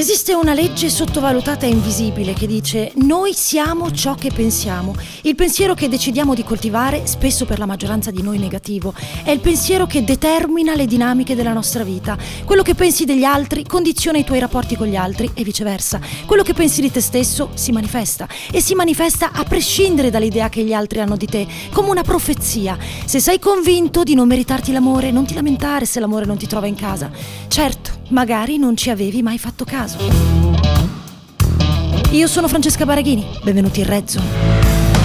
Esiste una legge sottovalutata e invisibile che dice: noi siamo ciò che pensiamo. Il pensiero che decidiamo di coltivare, spesso per la maggioranza di noi negativo, è il pensiero che determina le dinamiche della nostra vita. Quello che pensi degli altri condiziona i tuoi rapporti con gli altri e viceversa. Quello che pensi di te stesso si manifesta, e si manifesta a prescindere dall'idea che gli altri hanno di te, come una profezia. Se sei convinto di non meritarti l'amore, non ti lamentare se l'amore non ti trova in casa. Certo, magari non ci avevi mai fatto caso. Io sono Francesca Baraghini, benvenuti in Red Zone.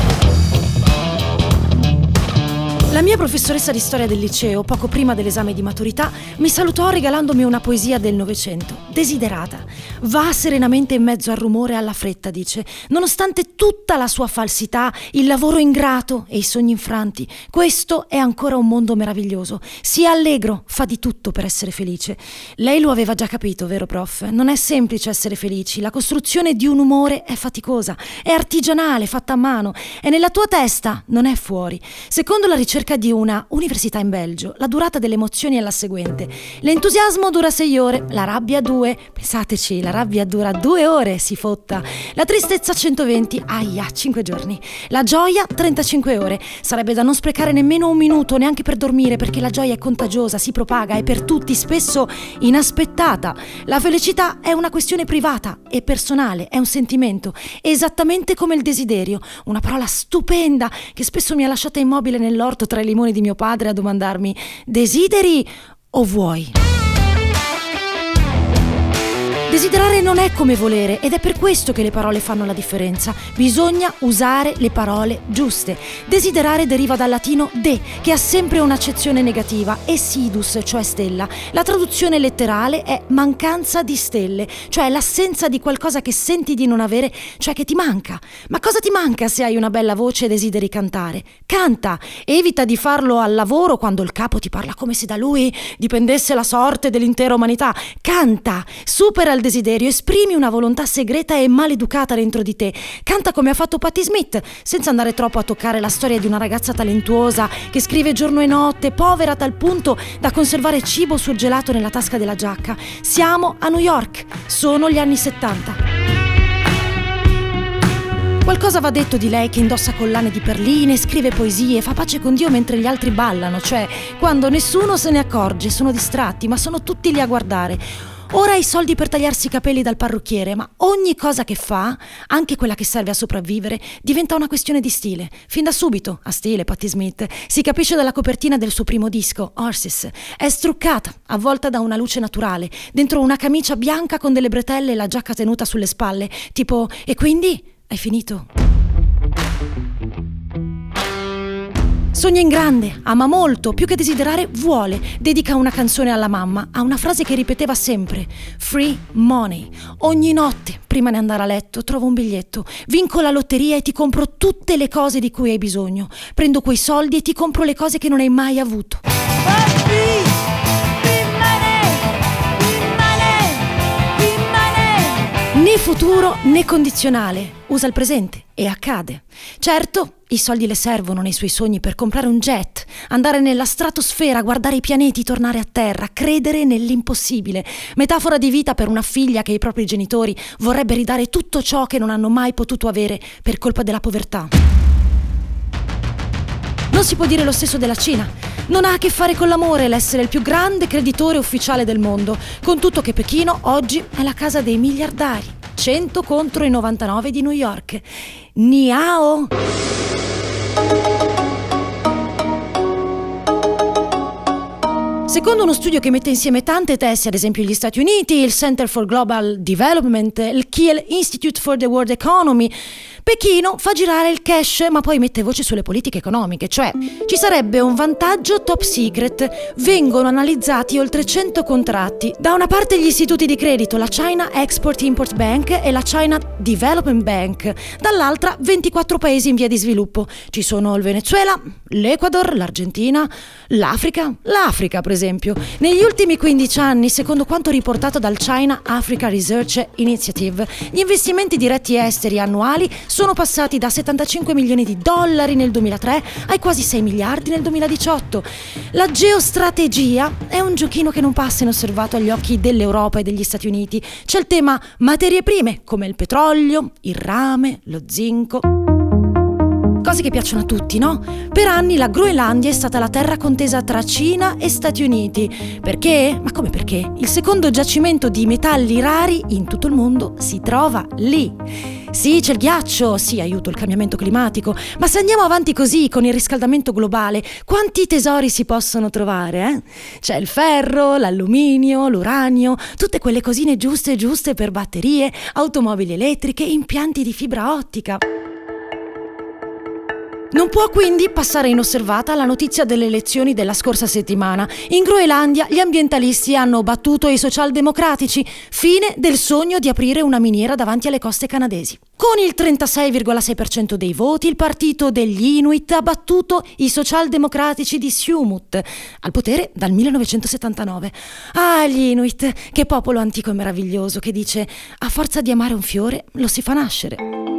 La mia professoressa di storia del liceo, poco prima dell'esame di maturità, mi salutò regalandomi una poesia del Novecento, Desiderata. Va serenamente in mezzo al rumore e alla fretta, dice, nonostante tutta la sua falsità, il lavoro ingrato e i sogni infranti, questo è ancora un mondo meraviglioso. Sia allegro, fa di tutto per essere felice. Lei lo aveva già capito, vero prof? Non è semplice essere felici, la costruzione di un umore è faticosa, è artigianale, fatta a mano, è nella tua testa, non è fuori. Secondo la ricerca di una università in Belgio, la durata delle emozioni è la seguente: l'entusiasmo dura 6 ore, la rabbia 2, pensateci, la rabbia dura 2 ore, si fotta, la tristezza 120, 5 giorni, la gioia 35 ore, sarebbe da non sprecare nemmeno un minuto neanche per dormire, perché la gioia è contagiosa, si propaga, è per tutti, spesso inaspettata. La felicità è una questione privata e personale, è un sentimento, esattamente come il desiderio, una parola stupenda che spesso mi ha lasciata immobile nell'orto tra i limoni di mio padre a domandarmi: desideri o vuoi? Desiderare non è come volere, ed è per questo che le parole fanno la differenza. Bisogna usare le parole giuste. Desiderare deriva dal latino de, che ha sempre un'accezione negativa, e sidus, cioè stella. La traduzione letterale è mancanza di stelle, cioè l'assenza di qualcosa che senti di non avere, cioè che ti manca. Ma cosa ti manca se hai una bella voce e desideri cantare? Canta! Evita di farlo al lavoro quando il capo ti parla come se da lui dipendesse la sorte dell'intera umanità. Canta! Supera il desiderio, esprimi una volontà segreta e maleducata dentro di te. Canta come ha fatto Patti Smith, senza andare troppo a toccare la storia di una ragazza talentuosa che scrive giorno e notte, povera a tal punto da conservare cibo surgelato nella tasca della giacca. Siamo a New York, sono gli anni 70. Qualcosa va detto di lei che indossa collane di perline, scrive poesie, fa pace con Dio mentre gli altri ballano, cioè quando nessuno se ne accorge, sono distratti, ma sono tutti lì a guardare. Ora ha i soldi per tagliarsi i capelli dal parrucchiere, ma ogni cosa che fa, anche quella che serve a sopravvivere, diventa una questione di stile. Fin da subito, a stile Patti Smith, si capisce dalla copertina del suo primo disco, Horses. È struccata, avvolta da una luce naturale, dentro una camicia bianca con delle bretelle e la giacca tenuta sulle spalle, tipo: e quindi? Hai finito? Sogna in grande, ama molto, più che desiderare vuole. Dedica una canzone alla mamma, a una frase che ripeteva sempre: free money. Ogni notte, prima di andare a letto, trovo un biglietto, vinco la lotteria e ti compro tutte le cose di cui hai bisogno. Prendo quei soldi e ti compro le cose che non hai mai avuto. Né futuro né condizionale, usa il presente e accade. Certo, i soldi le servono nei suoi sogni per comprare un jet, andare nella stratosfera, guardare i pianeti, tornare a terra, credere nell'impossibile. Metafora di vita per una figlia che ai propri genitori vorrebbe ridare tutto ciò che non hanno mai potuto avere per colpa della povertà. Non si può dire lo stesso della Cina. Non ha a che fare con l'amore l'essere il più grande creditore ufficiale del mondo, con tutto che Pechino oggi è la casa dei miliardari. 100 contro i 99 di New York. Niao! Secondo uno studio che mette insieme tante teste, ad esempio gli Stati Uniti, il Center for Global Development, il Kiel Institute for the World Economy, Pechino fa girare il cash ma poi mette voce sulle politiche economiche, cioè ci sarebbe un vantaggio top secret, vengono analizzati oltre 100 contratti, da una parte gli istituti di credito, la China Export-Import Bank e la China Development Bank, dall'altra 24 paesi in via di sviluppo. Ci sono il Venezuela, l'Ecuador, l'Argentina, l'Africa per esempio. Negli ultimi 15 anni, secondo quanto riportato dal China Africa Research Initiative, gli investimenti diretti esteri annuali sono passati da 75 milioni di dollari nel 2003 ai quasi 6 miliardi nel 2018. La geostrategia è un giochino che non passa inosservato agli occhi dell'Europa e degli Stati Uniti. C'è il tema materie prime, come il petrolio, il rame, lo zinco. Cose che piacciono a tutti, no? Per anni la Groenlandia è stata la terra contesa tra Cina e Stati Uniti. Perché? Ma come perché? Il secondo giacimento di metalli rari in tutto il mondo si trova lì. Sì, c'è il ghiaccio, sì, aiuto il cambiamento climatico, ma se andiamo avanti così con il riscaldamento globale, quanti tesori si possono trovare, C'è il ferro, l'alluminio, l'uranio, tutte quelle cosine giuste per batterie, automobili elettriche, impianti di fibra ottica. Non può quindi passare inosservata la notizia delle elezioni della scorsa settimana. In Groenlandia gli ambientalisti hanno battuto i socialdemocratici, fine del sogno di aprire una miniera davanti alle coste canadesi. Con il 36,6% dei voti il partito degli Inuit ha battuto i socialdemocratici di Siumut, al potere dal 1979. Ah, gli Inuit, che popolo antico e meraviglioso che dice: a forza di amare un fiore lo si fa nascere.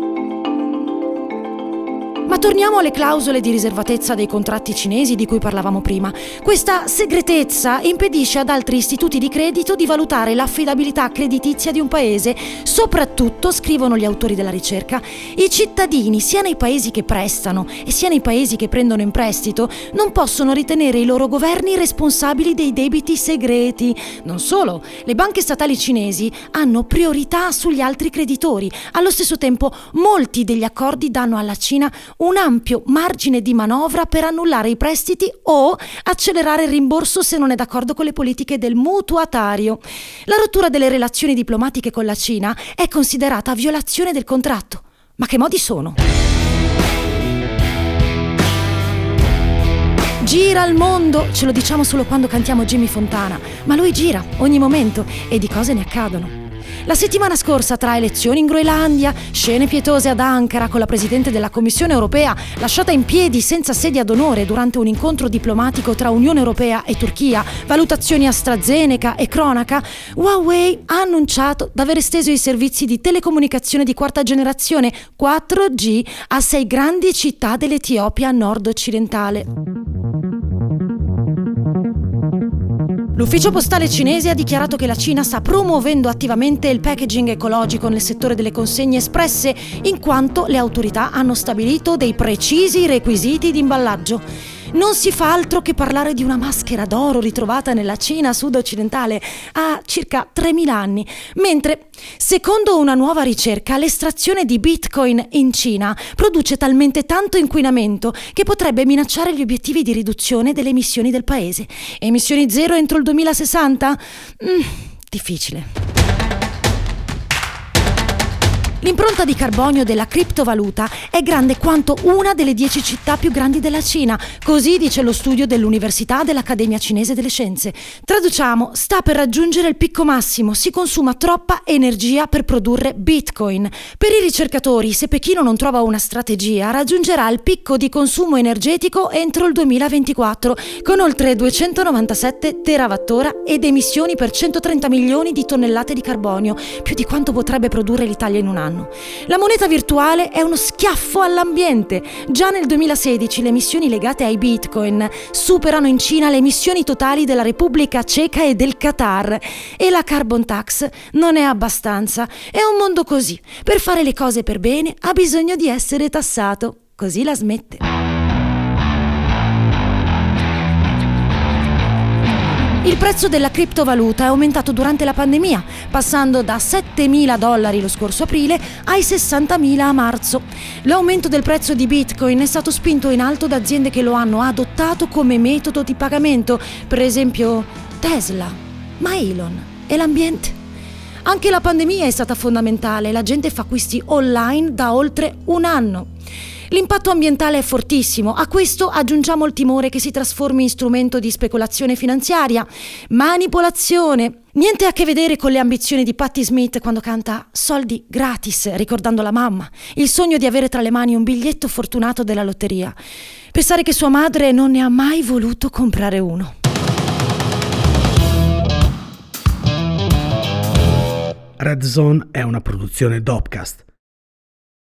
Ma torniamo alle clausole di riservatezza dei contratti cinesi di cui parlavamo prima. Questa segretezza impedisce ad altri istituti di credito di valutare l'affidabilità creditizia di un paese. Soprattutto, scrivono gli autori della ricerca, i cittadini, sia nei paesi che prestano e sia nei paesi che prendono in prestito, non possono ritenere i loro governi responsabili dei debiti segreti. Non solo, le banche statali cinesi hanno priorità sugli altri creditori. Allo stesso tempo, molti degli accordi danno alla Cina un ampio margine di manovra per annullare i prestiti o accelerare il rimborso se non è d'accordo con le politiche del mutuatario. La rottura delle relazioni diplomatiche con la Cina è considerata violazione del contratto. Ma che modi sono? Gira il mondo, ce lo diciamo solo quando cantiamo Jimmy Fontana, ma lui gira ogni momento e di cose ne accadono. La settimana scorsa, tra elezioni in Groenlandia, scene pietose ad Ankara con la presidente della Commissione europea lasciata in piedi senza sedia d'onore durante un incontro diplomatico tra Unione Europea e Turchia, valutazioni AstraZeneca e cronaca, Huawei ha annunciato di aver esteso i servizi di telecomunicazione di quarta generazione 4G a 6 grandi città dell'Etiopia nord-occidentale. L'ufficio postale cinese ha dichiarato che la Cina sta promuovendo attivamente il packaging ecologico nel settore delle consegne espresse, in quanto le autorità hanno stabilito dei precisi requisiti di imballaggio. Non si fa altro che parlare di una maschera d'oro ritrovata nella Cina sud-occidentale a circa 3.000 anni, mentre, secondo una nuova ricerca, l'estrazione di Bitcoin in Cina produce talmente tanto inquinamento che potrebbe minacciare gli obiettivi di riduzione delle emissioni del paese. Emissioni zero entro il 2060? Difficile. L'impronta di carbonio della criptovaluta è grande quanto una delle 10 città più grandi della Cina, così dice lo studio dell'Università dell'Accademia Cinese delle Scienze. Traduciamo, sta per raggiungere il picco massimo, si consuma troppa energia per produrre Bitcoin. Per i ricercatori, se Pechino non trova una strategia, raggiungerà il picco di consumo energetico entro il 2024, con oltre 297 terawattora ed emissioni per 130 milioni di tonnellate di carbonio, più di quanto potrebbe produrre l'Italia in un anno. La moneta virtuale è uno schiaffo all'ambiente. Già nel 2016 le emissioni legate ai Bitcoin superano in Cina le emissioni totali della Repubblica Ceca e del Qatar. E la carbon tax non è abbastanza. È un mondo così. Per fare le cose per bene ha bisogno di essere tassato. Così la smette. Il prezzo della criptovaluta è aumentato durante la pandemia, passando da $7.000 lo scorso aprile ai $60.000 a marzo. L'aumento del prezzo di Bitcoin è stato spinto in alto da aziende che lo hanno adottato come metodo di pagamento, per esempio Tesla, ma Elon e l'ambiente. Anche la pandemia è stata fondamentale, la gente fa acquisti online da oltre un anno. L'impatto ambientale è fortissimo, a questo aggiungiamo il timore che si trasformi in strumento di speculazione finanziaria, manipolazione. Niente a che vedere con le ambizioni di Patti Smith quando canta soldi gratis, ricordando la mamma, il sogno di avere tra le mani un biglietto fortunato della lotteria. Pensare che sua madre non ne ha mai voluto comprare uno. Red Zone è una produzione Dopcast.